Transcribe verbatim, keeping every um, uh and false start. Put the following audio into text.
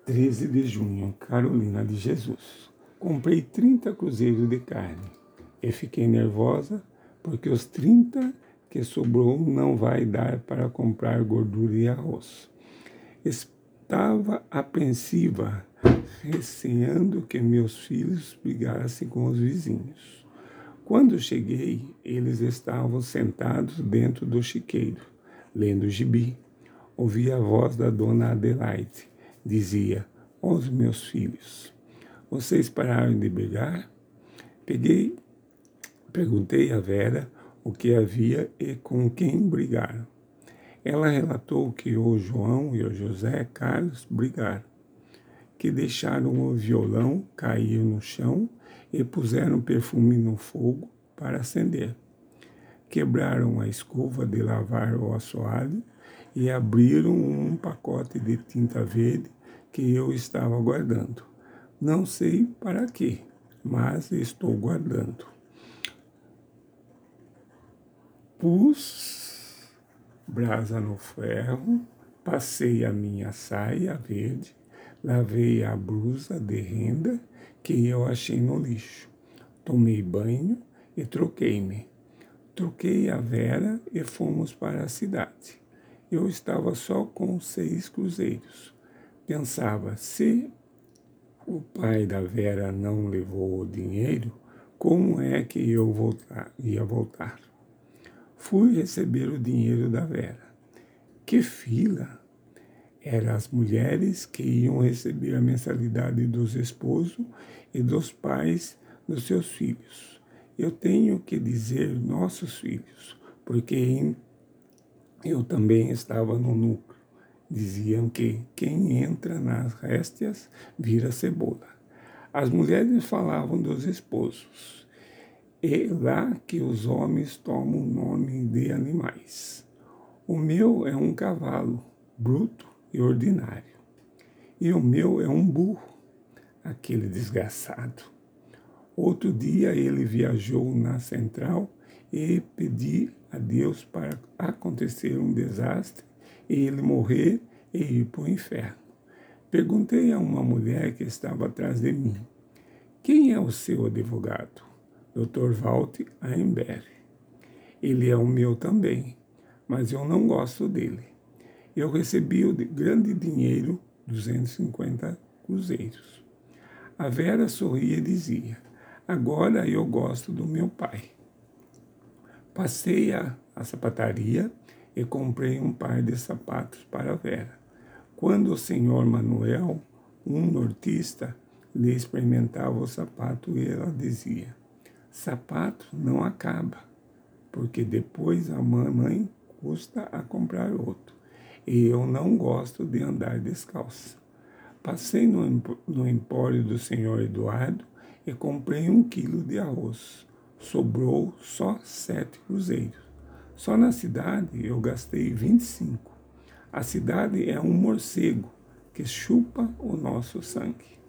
treze de junho, Carolina de Jesus. Comprei trinta cruzeiros de carne e fiquei nervosa porque os trinta que sobrou não vai dar para comprar gordura e arroz. Estava apreensiva, receando que meus filhos brigassem com os vizinhos. Quando cheguei, eles estavam sentados dentro do chiqueiro, lendo gibi. Ouvi a voz da dona Adelaide. Dizia: os meus filhos, vocês pararam de brigar? Peguei, perguntei a Vera o que havia e com quem brigaram. Ela relatou que o João e o José Carlos brigaram, que deixaram o violão cair no chão e puseram perfume no fogo para acender. Quebraram a escova de lavar o assoalho e abriram um pacote de tinta verde que eu estava guardando. Não sei para quê, mas estou guardando. Pus brasa no ferro, passei a minha saia verde, lavei a blusa de renda que eu achei no lixo. Tomei banho e troquei-me. Troquei a Vera e fomos para a cidade. Eu estava só com seis cruzeiros. Pensava, se o pai da Vera não levou o dinheiro, como é que eu voltar, ia voltar? Fui receber o dinheiro da Vera. Que fila! Eram as mulheres que iam receber a mensalidade dos esposos e dos pais dos seus filhos. Eu tenho que dizer nossos filhos, porque eu também estava no núcleo. Diziam que quem entra nas réstias vira cebola. As mulheres falavam dos esposos. É lá que os homens tomam o nome de animais. O meu é um cavalo, bruto e ordinário. E o meu é um burro, aquele desgraçado. Outro dia ele viajou na central e pedi a Deus para acontecer um desastre e ele morrer e ir para o inferno. Perguntei a uma mulher que estava atrás de mim: quem é o seu advogado? doutor Walter Aember. Ele é o meu também, mas eu não gosto dele. Eu recebi o grande dinheiro, duzentos e cinquenta cruzeiros. A Vera sorria e dizia: agora eu gosto do meu pai. Passei a, a sapataria e comprei um par de sapatos para a Vera. Quando o senhor Manuel, um nortista, lhe experimentava o sapato, ela dizia: sapato não acaba, porque depois a mamãe custa a comprar outro. E eu não gosto de andar descalça. Passei no, no empório do senhor Eduardo e comprei um quilo de arroz. Sobrou só sete cruzeiros. Só na cidade eu gastei vinte e cinco. A cidade é um morcego que chupa o nosso sangue.